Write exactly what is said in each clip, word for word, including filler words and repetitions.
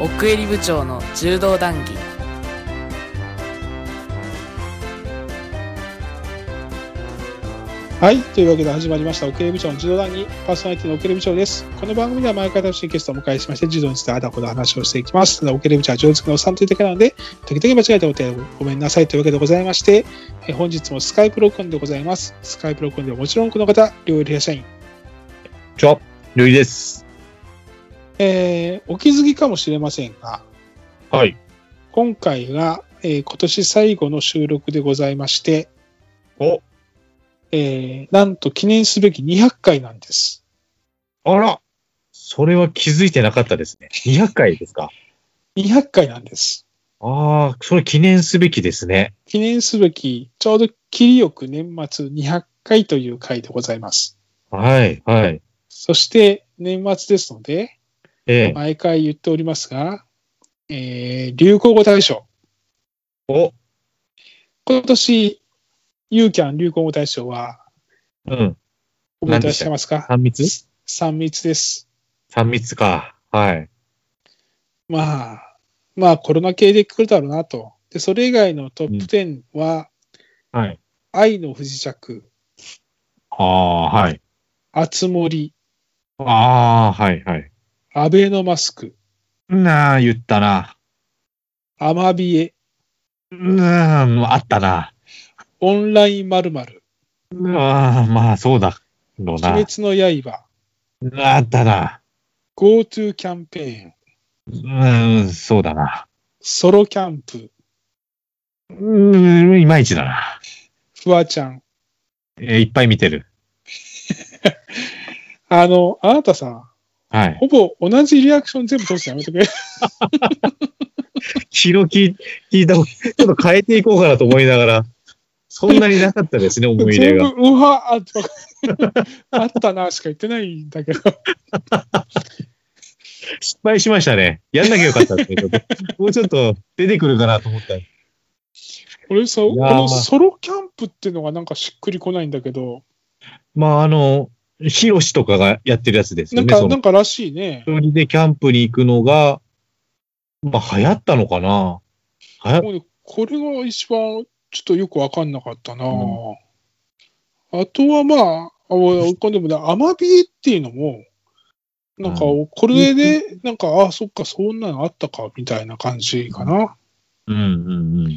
奥襟部長の柔道談義。 はい、というわけで始まりました奥襟部長の柔道談義。パーソナリティの奥襟部長です。この番組では毎回楽しいゲストをお迎えしまして柔道についてあだこだ話をしていきます。ただ奥襟部長は上手のおっさんというだけなので時々間違えたお手をごめんなさいというわけでございまして、え本日もスカイプ録音でございます。スカイプ録音ではもちろんこの方、両入社員。 ちょ、両入です。 えー、お気づきかもしれませんが、 はい。 今回が、えー、今年最後の収録でございまして、 お、 えー、なんと記念すべきにひゃっかいなんです。 あら、それは気づいてなかったですね。にひゃっかいですか。 にひゃっかいなんです。 ああ、それ記念すべきですね。 記念すべき、ちょうど切りよく年末にひゃっかいという回でございます。 はい、はい。 そして年末ですので、 ええ。 毎回言っておりますが、えー、流行語大賞。 お、 今年、ユーキャン流行語大賞は、 うん。 覚えてらっしゃいますか？ 三密三密です。 三密か。はい。 まあ、まあコロナ系で来るだろうなと。で、それ以外のトップじゅうは、 うん、はい。 愛の不時着。 ああ、はい。 あつ森。 ああ、はい、はい。 アベノマスク。 なあ、言ったな。 アマビエ。 なあ、あったな。 オンライン〇〇。 ああ、まあ、そうだろうな。 鬼滅の刃。 あったな。 GoTo キャンペーン。うん、そうだな。 ソロキャンプ。 うん、いまいちだな。 フワちゃん。 えー、いっぱい見てる。 あの、あなたさ、 はい。 ほぼ同じリアクション全部通してやめてくれ。 昨日聞いた、ちょっと変えていこうかなと思いながら、そんなになかったですね、思い入れが。 全部、うわーってあったなしか言ってないんだけど。 失敗しましたね。やんなきゃよかったってこと。もうちょっと出てくるかなと思った。 俺さ、このソロキャンプっていうのがなんかしっくりこないんだけど。 まあ、あの、ヒロシとかがやってるやつですよね。 なんか、なんからしいね。 一人でキャンプに行くのが、まあ、流行ったのかな。 はやこれが一番ちょっとよくわかんなかったな、うん、あとはまあ、あでもね、アマビエっていうのも、なんか、これで、なんか、ああ、そっか、そんなのあったか、みたいな感じかな。 うんうんうん。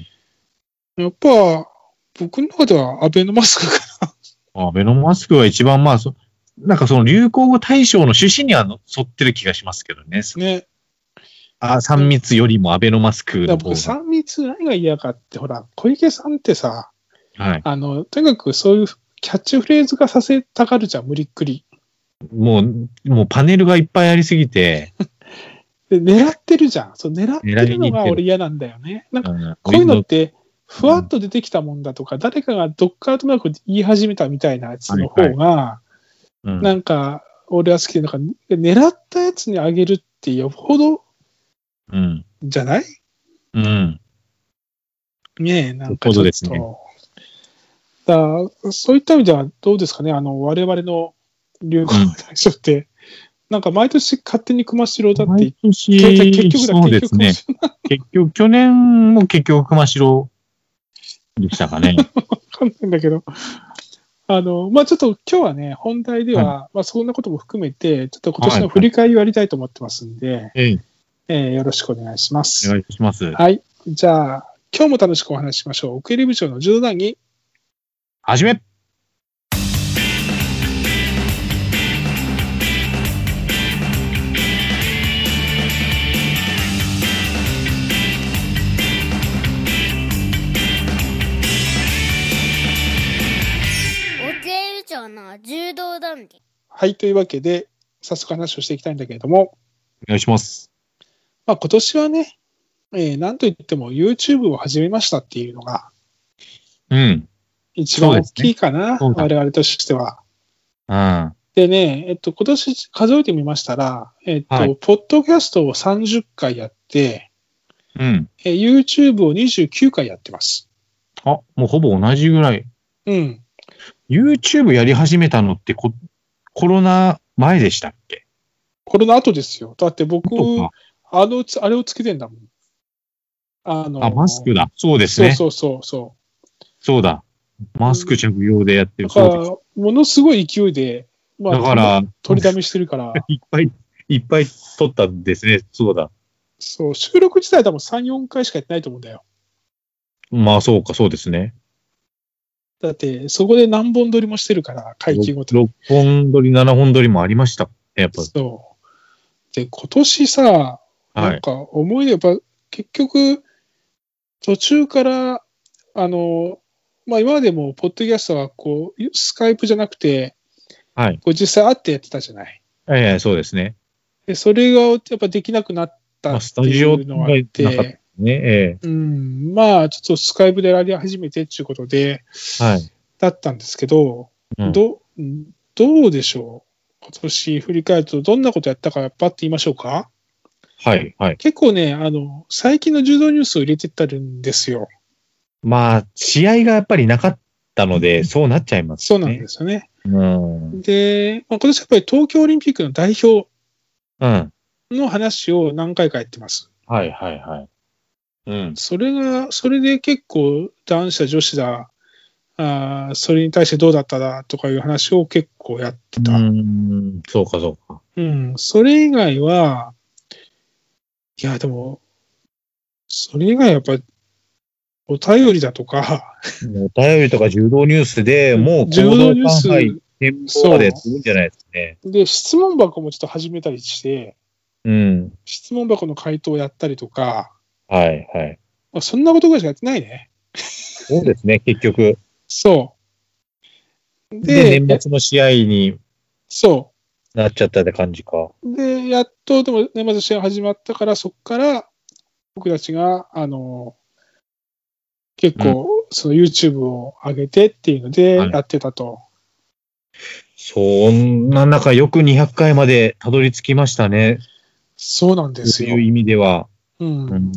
やっぱ、僕の中ではアベノマスクかな。アベノマスクは一番まあ、そなんかその流行語大賞の趣旨には沿ってる気がしますけどね。 ね。 あ、三密よりもアベノマスクの方が。 僕、三密何が嫌かって、ほら、小池さんってさ、 はい。 あの、とにかくそういうキャッチフレーズ化させたがるじゃん、無理っくり。 もう、もうパネルがいっぱいありすぎて。 で狙ってるじゃん。そう、狙ってるのが俺嫌なんだよね。なんか、こういうのって、ふわっと出てきたもんだとか、うん、誰かがどっからとなく言い始めたみたいなやつの方が、はいはいうん、なんか、俺は好きで、なんか、狙ったやつにあげるってよほど、 うん。 じゃない？ うん。 ねえ、なんかちょっと。ですね。だそういった意味ではどうですかね、あの、我々の流行語大賞って、うん、なんか毎年勝手に熊代だって毎年、 結局だ、 そうですね。結局、去年も結局熊代でしたかね。 わかんないんだけど。あの、まあ、ちょっと今日はね、本題では、はい、まあ、そんなことも含めて、ちょっと今年の振り返りをやりたいと思ってますんで、はいはいえー、よろしくお願いします。 お願いします。 はい。じゃあ、今日も楽しくお話ししましょう。奥襟部長の柔道談義。 はじめ。 の柔道談義。 はい、というわけで早速話をしていきたいんだけれども、 お願いします。 まあ今年はね、えー、なんといっても YouTube を始めましたっていうのが、 うん、 一番大きいかな、ね、我々としては。 うん、 でね、えっと今年数えてみましたら、えっと、はい、ポッドキャストをさんじゅっかいやって、 うん、 えー、YouTube をにじゅうきゅうかいやってます。 あ、もうほぼ同じぐらい。 うん。 YouTube やり始めたのってコ、コロナ前でしたっけ？ コロナ後ですよ。だって僕、 あのつ、あれをつけてんだもん。あの、 あ、マスクだ。そうですね。 そうそうそう。 そうだ。マスク着用でやってる。 だから、ものすごい勢いで、まあ、 だから、 取りだめしてるから。 いっぱい、いっぱい撮ったんですね。そうだ。 そう、収録自体多分さん、よんかいしかやってないと思うんだよ。 まあ、そうか、そうですね。 だって、そこで何本撮りもしてるから、階級ごとに。 ろっぽん撮り、ななほん撮りもありました。やっぱ。 そう。で、今年さ、なんか思い出、やっぱ結局、途中から、あの、まあ今までも、ポッドキャストはこう、スカイプじゃなくて、 はい。 こう実際会ってやってたじゃない。 はいはい、そうですね。 で、それがやっぱできなくなったまあ、 ってスタジオいうのがあっがなかったて、 ね。えうん、まあちょっとスカイプでやり始めてっていうことで、 え。はい。 だったんですけど、 うん、 ど、どうでしょう今年振り返るとどんなことやったかパッと言いましょうか。 はい、はい。 結構ね、あの、最近の柔道ニュースを入れてったるんですよ。 まあ、試合がやっぱりなかったので、そうなっちゃいますね。 そうなんですよね。 うん。 で、まあ、今年やっぱり東京オリンピックの代表うん。 の話を何回かやってます。 はい、はい、はい。うん。 それが、それで結構男子だ女子だ、あそれに対してどうだっただとかいう話を結構やってた。 うん、そうか、そうか。 うん。それ以外は、いや、でも、それ以外はやっぱり、お便りだとか、 お便りとか柔道ニュースでもう柔行動道ニュース感配、展望までやってるんじゃないですかね。 で、質問箱もちょっと始めたりして、 うん。 質問箱の回答をやったりとか、 はい、はい。 まあ、そんなことぐらいしかやってないね。 そうですね、結局。 そう。 で、 で、 年末の試合にそなっちゃったって感じか。 う。で、やっと、でも、年末試合始まったから、そこから、僕たちが、あの、結構、その YouTube を上げてっていうのでやってたと。 はい、そんな中、よくにひゃっかいまでたどり着きましたね。 そうなんですよ。 そういう意味では。 うん。 うん、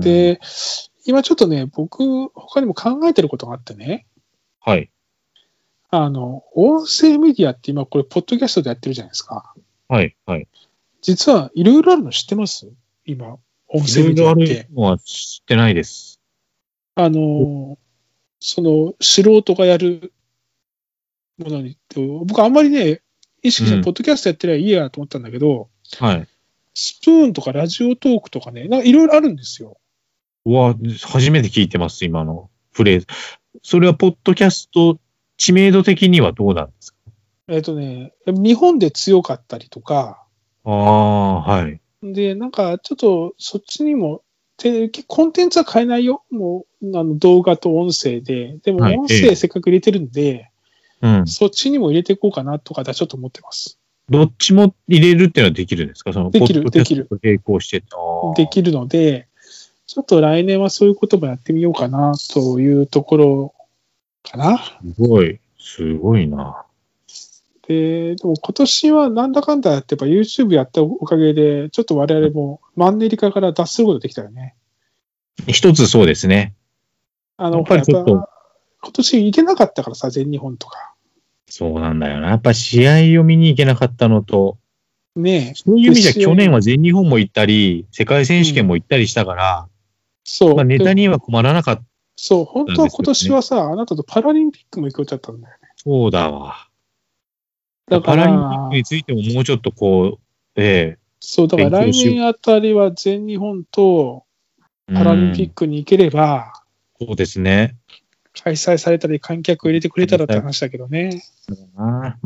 で、今ちょっとね、僕、他にも考えてることがあってね。 はい。 あの、音声メディアって今これ、ポッドキャストでやってるじゃないですか。 はい、はい。 実はいろいろあるの知ってます今、音声メディアって。いろいろあるのは知ってないです。 あの、その、素人がやるものに、僕あんまりね、意識して、ポッドキャストやってりゃいいやと思ったんだけど、 はい。 スプーンとかラジオトークとかね、なんかいろいろあるんですよ。 うわ、初めて聞いてます、今のフレーズ。それは、ポッドキャスト、知名度的にはどうなんですか？ えっとね、日本で強かったりとか、 ああ、はい。 で、なんかちょっとそっちにも、でコンテンツは変えないよ。もう、あの動画と音声で。でも音声せっかく入れてるんで、はい、うん、そっちにも入れていこうかなとか、ちょっと思ってます。 どっちも入れるっていうのはできるんですか？そのできる、できる。 並行して。 できるので、ちょっと来年はそういうこともやってみようかな、というところかな。すごい、すごいな。 で、でも今年はなんだかんだやって、やっぱ YouTube やったおかげで、ちょっと我々もマンネリ化から脱することできたよね。 一つそうですね。 あの、やっぱりちょっと今年行けなかったからさ、全日本とか。 そうなんだよな。やっぱ試合を見に行けなかったのと、 ねえ。 そういう意味じゃ去年は全日本も行ったり、世界選手権も行ったりしたから、うん、 そう。 まあ、ネタには困らなかった、ね。 そう、本当は今年はさ、あなたとパラリンピックも行こうちゃったんだよね。 そうだわ。だからパラリンピックについてももうちょっとこう、ええ。 そう、だから来年あたりは全日本とパラリンピックに行ければ、 うん、そうですね。 開催されたり観客を入れてくれたらって話だけどね。 うん。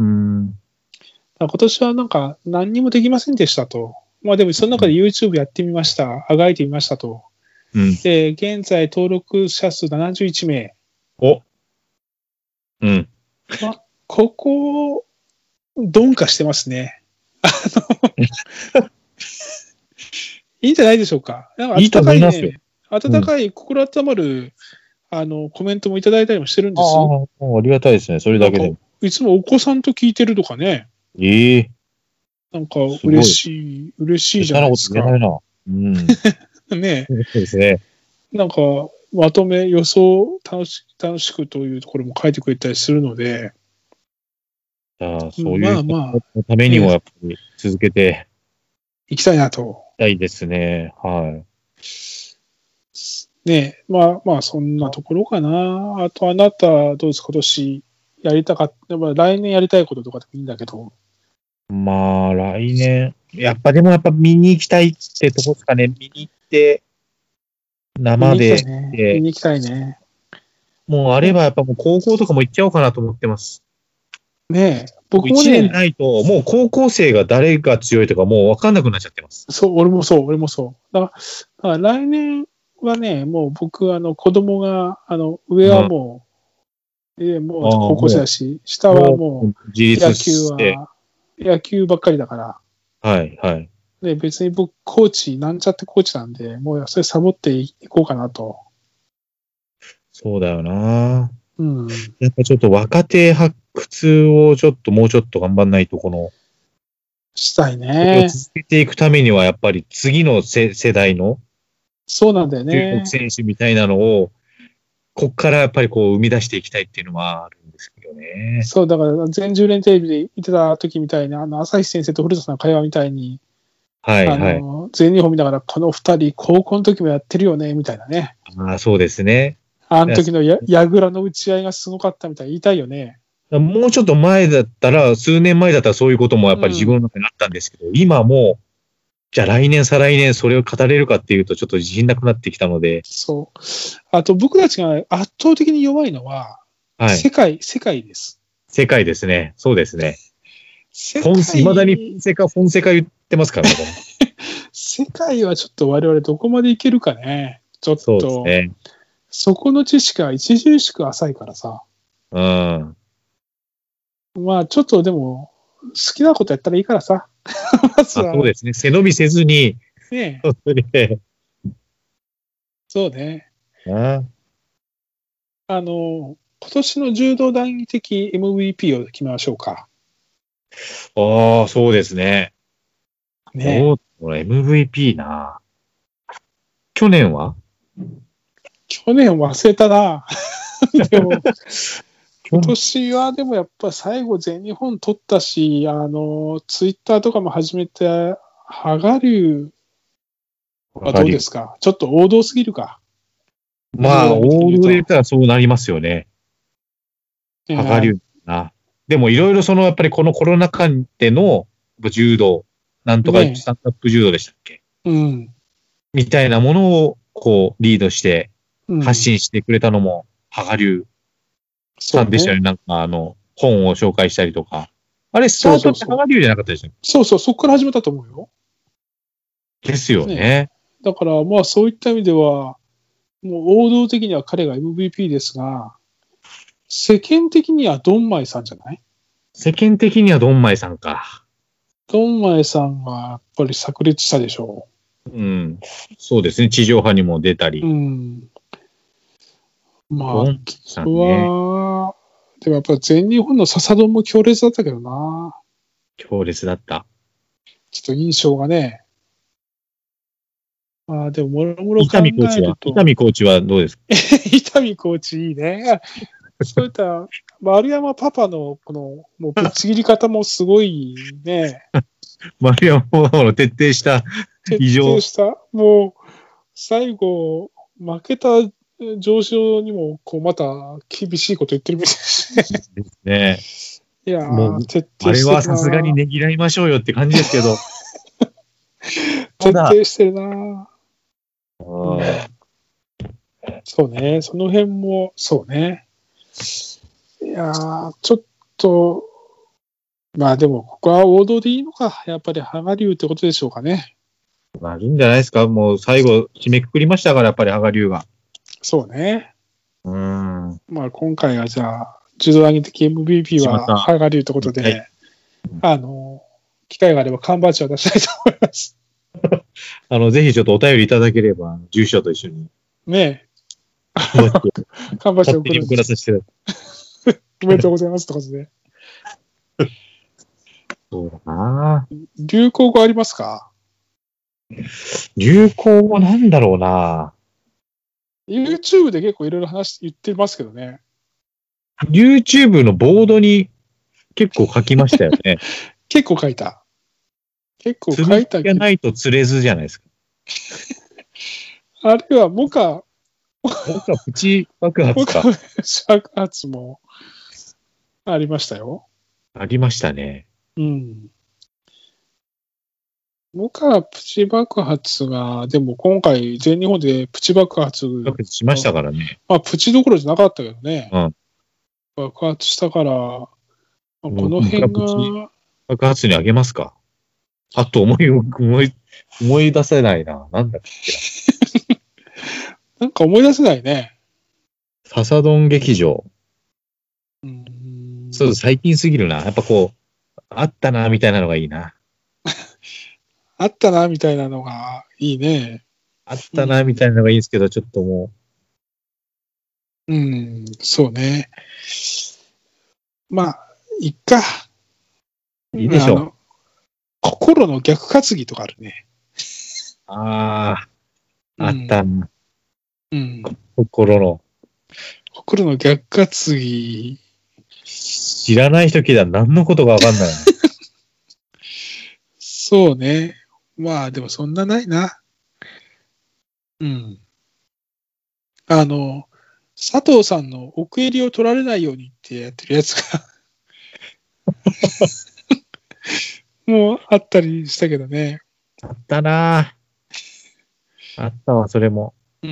今年はなんか何にもできませんでしたと。まあでもその中で YouTube やってみました。あがいてみましたと。うん、で、現在登録者数ななじゅういちめい。 お。うん。 まあ、ここ、鈍化してますね。あの、いいんじゃないでしょうか。なんか温かいね、温かい心温まる、あの、コメントもいただいたりもしてるんです。 ああ、ありがたいですね。それだけで。 いつもお子さんと聞いてるとかね。 ええー。なんか嬉しい、嬉しいじゃないですか。 そんなこと言えないな。 うん。ねえ。そうですね。 なんか、まとめ、予想楽し、楽しくというところも書いてくれたりするので。 ああ、そういうのためにもやっぱり続けて、 行きたいなと。 たいですね。はい。 ねえ、まあまあ、そんなところかな。あと、あなた、どうですか、今年やりたかった、まあ、来年やりたいこととかでもいいんだけど。 まあ、来年、やっぱでもやっぱ見に行きたいってとこですかね。見に行って、 見に行きたい生で、 ね。見でに行きたいね。 もうあればやっぱもう高校とかも行っちゃおうかなと思ってます。 ねえ、 もう一年僕もね、 ないと、もう高校生が誰が強いとかもう分かんなくなっちゃってます。 そう、俺もそう、俺もそう。だから、だから来年はね、もう僕、あの、子供が、あの、上はうん。あもう、えもあ、 う高校生もだし、下う、 はもうもう、野自立球して、 は、野球ばっかりだから、 はい、はい。 で、別に僕、コーチ、なんちゃってコーチなんで、もうそれサボっていこうかなと。 そうだよな。 うん。 やっぱちょっと若手発掘をちょっともうちょっと頑張んないと、この、 したいそれをね。 続けていくためには、やっぱり次の世世代のそうなんだよ中国ね。 選手みたいなのを、こっからやっぱりこう生み出していきたいっていうのはあるんですけどね。 そう、だから、全十連テレビで言ってた時みたいに、あの、朝日先生と古田さんの会話みたいに、 はい、 あはい。 の、全日本見ながら、この二人、高校の時もやってるよね、みたいなね。 ああ、そうですね。 あの時のや、やぐらの打ち合いがすごかったみたいに言いたいよね。 もうちょっと前だったら、数年前だったらそういうこともやっぱり自分うん。 の中にあったんですけど、今もう、じゃあ来年、再来年それを語れるかっていうとちょっと自信なくなってきたので、 そう。あと、僕たちが圧倒的に弱いのは、 はい。 世界、世界です。 世界ですね。そうですね。 世フォン、未だにフォ界、 ンセカ、フォンセカ言ってますからね。 世界はちょっと我々どこまでいけるかね。ちょっそうですと、 ね。 そこの知識が著しく浅いからさ。 うん。 まあ、ちょっとでも、好きなことやったらいいからさ。まずあ、そうは、 ですね。背伸びせずに、 ね、 本当にね。 そうね。 ああの、今年の柔道団員的 エムブイピー を決めましょうか。 あー、そうですね。 ね。 おー、エムブイピー な。去年は去年忘れたな。でも、今去年、 年はでもやっぱ最後全日本取ったし、あの、ツイッターとかも始めて、羽賀龍はどうでわかり。 すか？ちょっと王道すぎるか。柔道まあ、 団員的に王言うと。 道で言ったらそうなりますよね。 えー羽賀龍な。でもいろいろその、やっぱりこのコロナ禍での柔道、なんとかねスタンダップ柔道でしたっけうん。 みたいなものをこうリードしてうん。 発信してくれたのも、羽賀龍そうね。 さんでしたよね。なんかあの、本を紹介したりとか。あれ、スタートって羽そうそうそう。 賀龍じゃなかったでしたっそうそう、そこから始めたと思うよ。 けですよね。 ね。 だから、まあそういった意味では、もう王道的には彼が エムブイピー ですが、世間的にはドンマイさんじゃない？ 世間的にはドンマイさんか。 ドンマイさんはやっぱり炸裂したでしょうん。そうですね。地上波にも出たう。うり。 ん。まあ、 ドンマイさこんね。 こは、でもやっぱ全日本の笹丼も強烈だったけどな。 強烈だった。 ちょっと印象がね。ああ、でももろもろ伊考丹コーチは、伊えると、 丹コーチはどうですか？ 伊丹コーチいいね。そういった、丸山パパのこの、もうぶっちぎり方もすごいね。 丸山の徹底した徹異常底した。もう、最後、負けた上昇にも、こう、また厳しいこと言ってるみたいですね。 ね。いやー、 もう、 徹あれ底してるはさすがにな。 ねぎらいましょうよって感じですけど、た徹だ、 底してるな。うん。そうね。その辺も、そうね。いやー、ちょっと、まあでも、ここは王道でいいのか。やっぱり、羽賀龍ってことでしょうかね。 まあ、いいんじゃないですか。もう最後、締めくくりましたから、やっぱり羽賀龍が。 そうね。 うーん。 まあ今回はじゃあ、柔道上げ的 エムブイピー はまた、 羽賀龍ってことはい。 で、あの、機会があれば缶バッジを出したいと思います。 あの、ぜひちょっとお便りいただければ、住所と一緒に、 ね缶バッジをえ、缶バッジを勝手に送るんです。 送らさせていただおめでとうございますってことで。 そうだな。 流行語ありますか？ 流行語なんだろうな。 YouTube で結構いろいろ話言ってますけどね。 YouTube のボードに結構書きましたよね。 結構書いた。 結構釣書いたけど、 りがないと釣れずじゃないですか。 あれはモカ、 僕はプチ爆発モカか。 爆発もありましたよ。 ありましたね。 うん。モカプチ爆発が、でも今回全日本でプチ爆発、 爆発しましたからね。 まあプチどころじゃなかったけどね。 うん。 爆発したから、まあこのもう辺モカプチが、 爆発にあげますか。あと思い、思い、思い出せないな。なんだっけなんか思い出せないね。 な。ササドン劇場。 うんそう、最近すぎるな。やっぱこう、あったな、みたいなのがいいな。 あったな、みたいなのがいいね。 あったな、みたいなのがいいんですけど、ちょっともうん、そうね。まあ、いっか。 う、いいでしょう。 あの心の逆担ぎとかあるね。 ああ、あったな。 うん。 心の。 心の逆担ぎ。 知らない人聞いたら何のことかわかんないな。 そうね。まあ、でもそんなないな。うん。あの、佐藤さんの奥襟を取られないようにってやってるやつがもうあったりしたけどね。 あったな。あったわ、それも。 うん。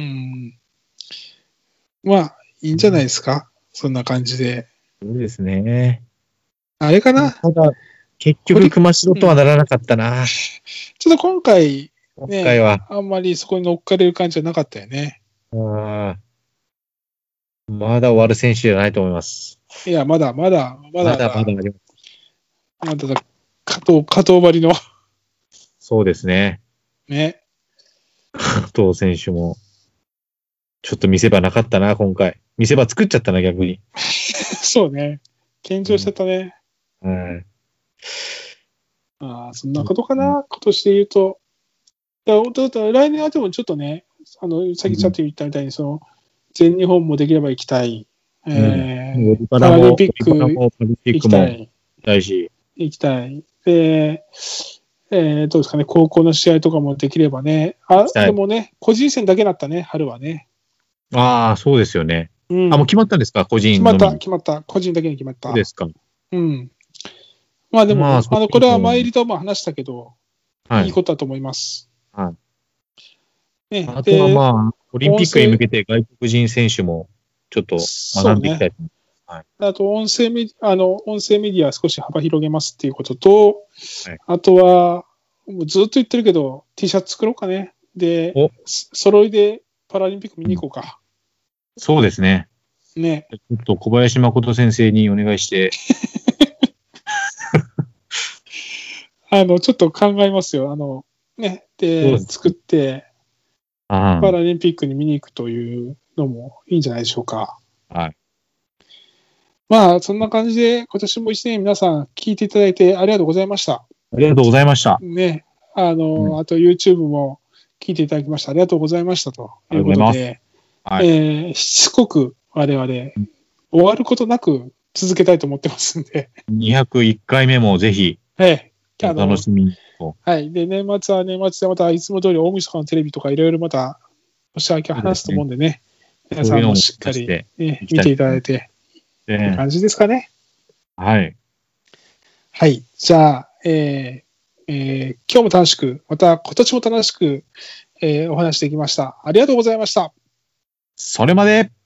まあ、いいんじゃないですか。そんな感じで。 そうですね。 あれかな。 ただ、結局、熊代とはならなかったな。 ちょっと今回、 今ね、 回は。 あんまりそこに乗っかれる感じじゃなかったよね。 あーまだ終わる選手じゃないと思います。 いや、まだまだ、まだまだまだあります。 まだだ、加藤、加藤張りの、 そうですね。 ね。 加藤選手も、ちょっと見せ場なかったな、今回。見せ場作っちゃったな、逆に。 そうね。緊張しちゃったね。 はい。 ああ、そんなことかな、今年で言うと。いや、本当だったら来年はでもちょっとね、あの、さっきちゃんと言ったみたいに、その、全日本もできれば行きたい。えーオリパパララも、 リンピックオリパラもパラリンピッ行クも行きたい。 きたいし。 行きたい。で、えーどうですかね、高校の試合とかもできればね。あ、 きたいでもね、個人戦だけだったね、春はね。 ああ、そうですよね。 うん。 あ、もう決まったんですか、個人のみ。 決まった、決まった。個人だけに決まった。 そうですか。 うん。まあでも、 まああ、の、これは前入りとも話したけど、、 はいい。 いことだと思います。 はい。 ね、 あとはで、 まあ、オリンピックに向けて外国人選手もちょっと学んでいきたいと思いあと音声メディあの、音声メディア少し幅広げますっていうことと、 はいあとは、もうずっと言ってるけど、T シャツ作ろうかね。でお、 揃いでパラリンピック見に行こうか。 ます。そうですね。 ね。 ちょっと小林誠先生にお願いして、 あの、ちょっと考えますよ。あの、ね。 そうで、 です作って、 あパラリンピックに見に行くというのもいいんじゃないでしょうか。 はい。 まあ、そんな感じで、今年も一年皆さん聞いていただいてありがとうございました。 ありがとうございました。 ね。あの、 うんあと YouTube も聞いていただきました。ありがとうございましたということありで、 はいえーしつこく我々、終わることなく続けたいと思ってますんで、 にひゃくいっかいめもぜひ、 ええおあの楽しみに。 はい。で、年末は年末でまたいつも通り大晦日のテレビとかいろいろまた年明け話すと思うんでね、皆さんもしっかり、 そういうのもねしていきたい見ていただいて、 でって感じですかね。 はい。 はい。じゃあ、えーえー今日も楽しく、また今年も楽しく、えーお話できました。ありがとうございました。 それまで